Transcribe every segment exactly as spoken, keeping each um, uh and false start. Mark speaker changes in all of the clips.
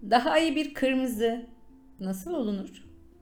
Speaker 1: Daha iyi bir kırmızı nasıl olunur?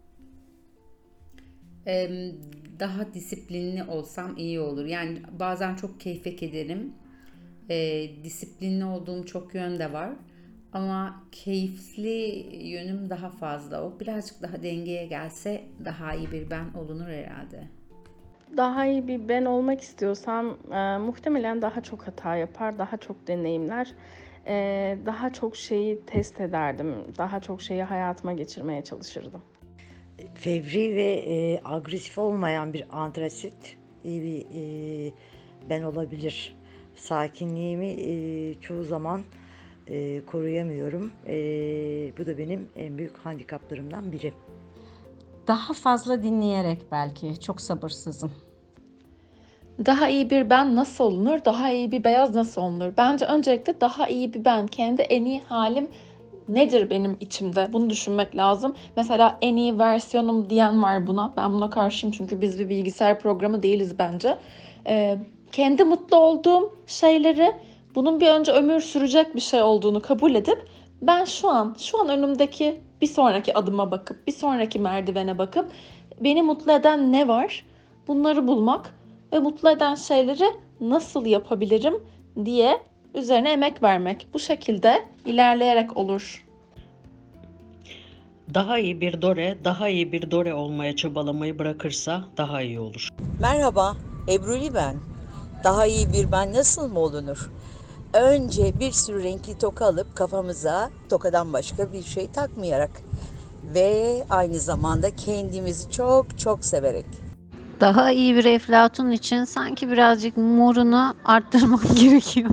Speaker 1: Ee, Daha disiplinli olsam iyi olur. Yani bazen çok keyfek ederim. Ee, disiplinli olduğum çok yön de var. Ama keyifli yönüm daha fazla. O birazcık daha dengeye gelse daha iyi bir ben olunur herhalde.
Speaker 2: Daha iyi bir ben olmak istiyorsam e, muhtemelen daha çok hata yapar, daha çok deneyimler, e, daha çok şeyi test ederdim, daha çok şeyi hayatıma geçirmeye çalışırdım.
Speaker 3: Fevri ve e, agresif olmayan bir antrasit iyi bir e, ben olabilir. Sakinliğimi e, çoğu zaman e, koruyamıyorum. E, bu da benim en büyük handikaplarımdan biri.
Speaker 4: Daha fazla dinleyerek belki. Çok sabırsızım.
Speaker 5: Daha iyi bir ben nasıl olunur? Daha iyi bir beyaz nasıl olunur? Bence öncelikle daha iyi bir ben. Kendi en iyi halim nedir benim içimde? Bunu düşünmek lazım. Mesela en iyi versiyonum diyen var buna. Ben buna karşıyım çünkü biz bir bilgisayar programı değiliz bence. Ee, Kendi mutlu olduğum şeyleri bunun bir önce ömür sürecek bir şey olduğunu kabul edip ben şu an, şu an önümdeki bir sonraki adıma bakıp, bir sonraki merdivene bakıp beni mutlu eden ne var? Bunları bulmak ve mutlu eden şeyleri nasıl yapabilirim diye üzerine emek vermek. Bu şekilde ilerleyerek olur.
Speaker 6: Daha iyi bir Dore, daha iyi bir Dore olmaya çabalamayı bırakırsa daha iyi olur.
Speaker 7: Merhaba, Ebruli ben. Daha iyi bir ben nasıl mı olunur? Önce bir sürü renkli toka alıp kafamıza tokadan başka bir şey takmayarak ve aynı zamanda kendimizi çok çok severek.
Speaker 8: Daha iyi bir eflatun için sanki birazcık morunu arttırmak gerekiyor.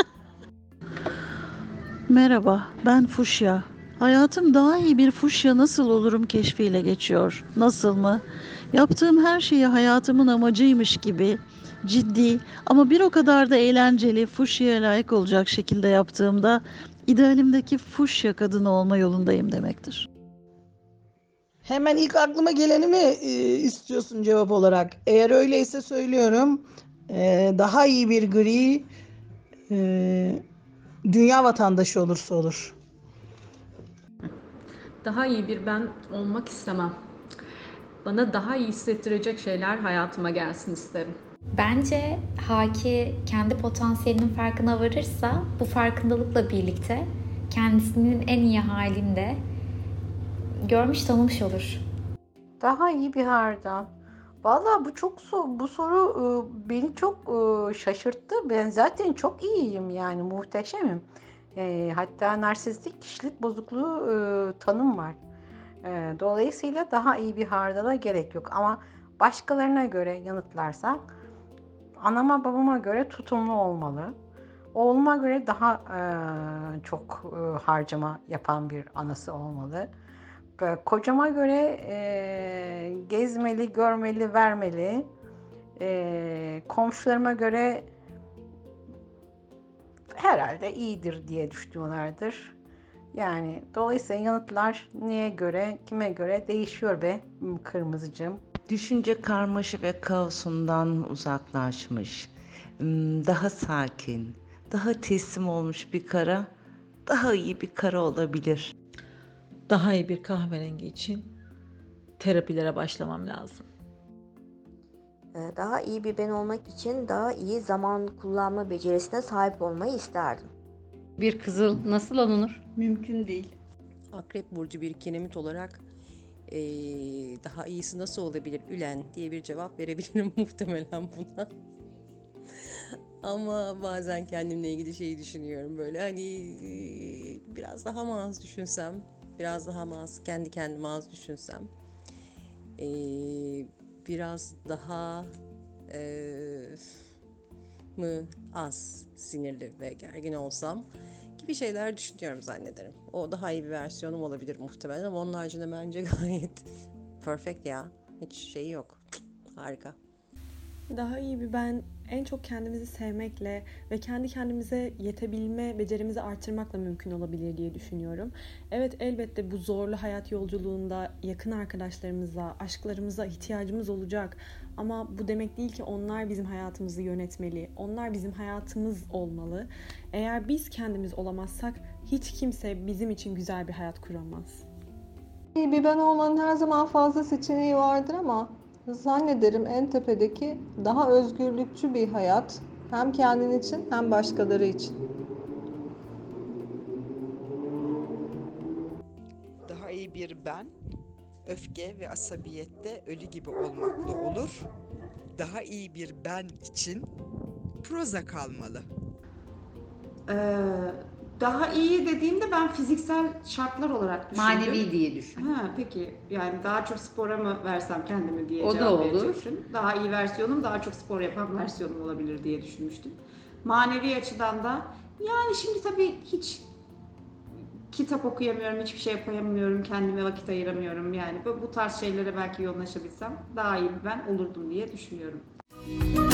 Speaker 9: Merhaba, ben Fuşya. Hayatım daha iyi bir fuşya nasıl olurum keşfiyle geçiyor. Nasıl mı? Yaptığım her şeyi hayatımın amacıymış gibi, ciddi ama bir o kadar da eğlenceli, fuşyaya layık olacak şekilde yaptığımda idealimdeki fuşya kadını olma yolundayım demektir.
Speaker 10: Hemen ilk aklıma geleni mi e, istiyorsun cevap olarak? Eğer öyleyse söylüyorum. E, daha iyi bir gri e, dünya vatandaşı olursa olur.
Speaker 11: Daha iyi bir ben olmak istemem. Bana daha iyi hissettirecek şeyler hayatıma gelsin isterim.
Speaker 12: Bence Haki kendi potansiyelinin farkına varırsa bu farkındalıkla birlikte kendisinin en iyi halinde görmüş tanımış olur.
Speaker 13: Daha iyi bir Hardan. Valla bu çok so bu soru e, beni çok e, şaşırttı. Ben zaten çok iyiyim yani muhteşemim. E, hatta narsistik kişilik bozukluğu e, tanım var. E, dolayısıyla daha iyi bir Hardal'a gerek yok. Ama başkalarına göre yanıtlarsak anama babama göre tutumlu olmalı. Oğluma göre daha e, çok e, harcama yapan bir anası olmalı. Kocama göre e, gezmeli, görmeli, vermeli. E, komşularıma göre herhalde iyidir diye düşünüyorlardır. Yani dolayısıyla yanıtlar neye göre, kime göre değişiyor be kırmızıcığım.
Speaker 14: Düşünce karmaşa ve kaosundan uzaklaşmış, daha sakin, daha teslim olmuş bir kara, daha iyi bir kara olabilir.
Speaker 15: Daha iyi bir kahverengi için terapilere başlamam lazım.
Speaker 16: Daha iyi bir ben olmak için daha iyi zaman kullanma becerisine sahip olmayı isterdim.
Speaker 1: Bir kızıl nasıl olunur?
Speaker 17: Mümkün değil.
Speaker 18: Akrep burcu bir kinemit olarak ee, daha iyisi nasıl olabilir Ülen diye bir cevap verebilirim muhtemelen buna. Ama bazen kendimle ilgili şeyi düşünüyorum böyle hani ee, biraz daha mı az düşünsem, biraz daha mı az kendi kendime az düşünsem, ee, biraz daha ee, mı az sinirli ve gergin olsam gibi şeyler düşünüyorum zannederim. O daha iyi bir versiyonum olabilir muhtemelen ama onun haricinde bence gayet perfect ya. Hiç şey yok. Harika.
Speaker 19: Daha iyi bir ben en çok kendimizi sevmekle ve kendi kendimize yetebilme becerimizi artırmakla mümkün olabilir diye düşünüyorum. Evet, elbette bu zorlu hayat yolculuğunda yakın arkadaşlarımıza, aşklarımıza ihtiyacımız olacak. Ama bu demek değil ki onlar bizim hayatımızı yönetmeli. Onlar bizim hayatımız olmalı. Eğer biz kendimiz olamazsak hiç kimse bizim için güzel bir hayat kuramaz.
Speaker 17: İyi bir ben olmanın her zaman fazla seçeneği vardır ama zannederim en tepedeki daha özgürlükçü bir hayat. Hem kendin için hem başkaları için.
Speaker 20: Daha iyi bir ben, öfke ve asabiyette ölü gibi olmakla olur. Daha iyi bir ben için proza kalmalı.
Speaker 21: Ee, daha iyi dediğimde ben fiziksel şartlar olarak düşündüm.
Speaker 1: Manevi diye düşün.
Speaker 21: Ha, peki yani daha çok spora mı versem kendimi diye
Speaker 1: O da
Speaker 21: cevap
Speaker 1: olur.
Speaker 21: vereceksin. Daha iyi versiyonum daha çok spor yapan versiyonum olabilir diye düşünmüştüm. Manevi açıdan da yani şimdi tabii hiç kitap okuyamıyorum, hiçbir şey yapamıyorum, kendime vakit ayıramıyorum. Yani bu, bu tarz şeylere belki yoğunlaşabilsem daha iyi bir ben olurdum diye düşünüyorum.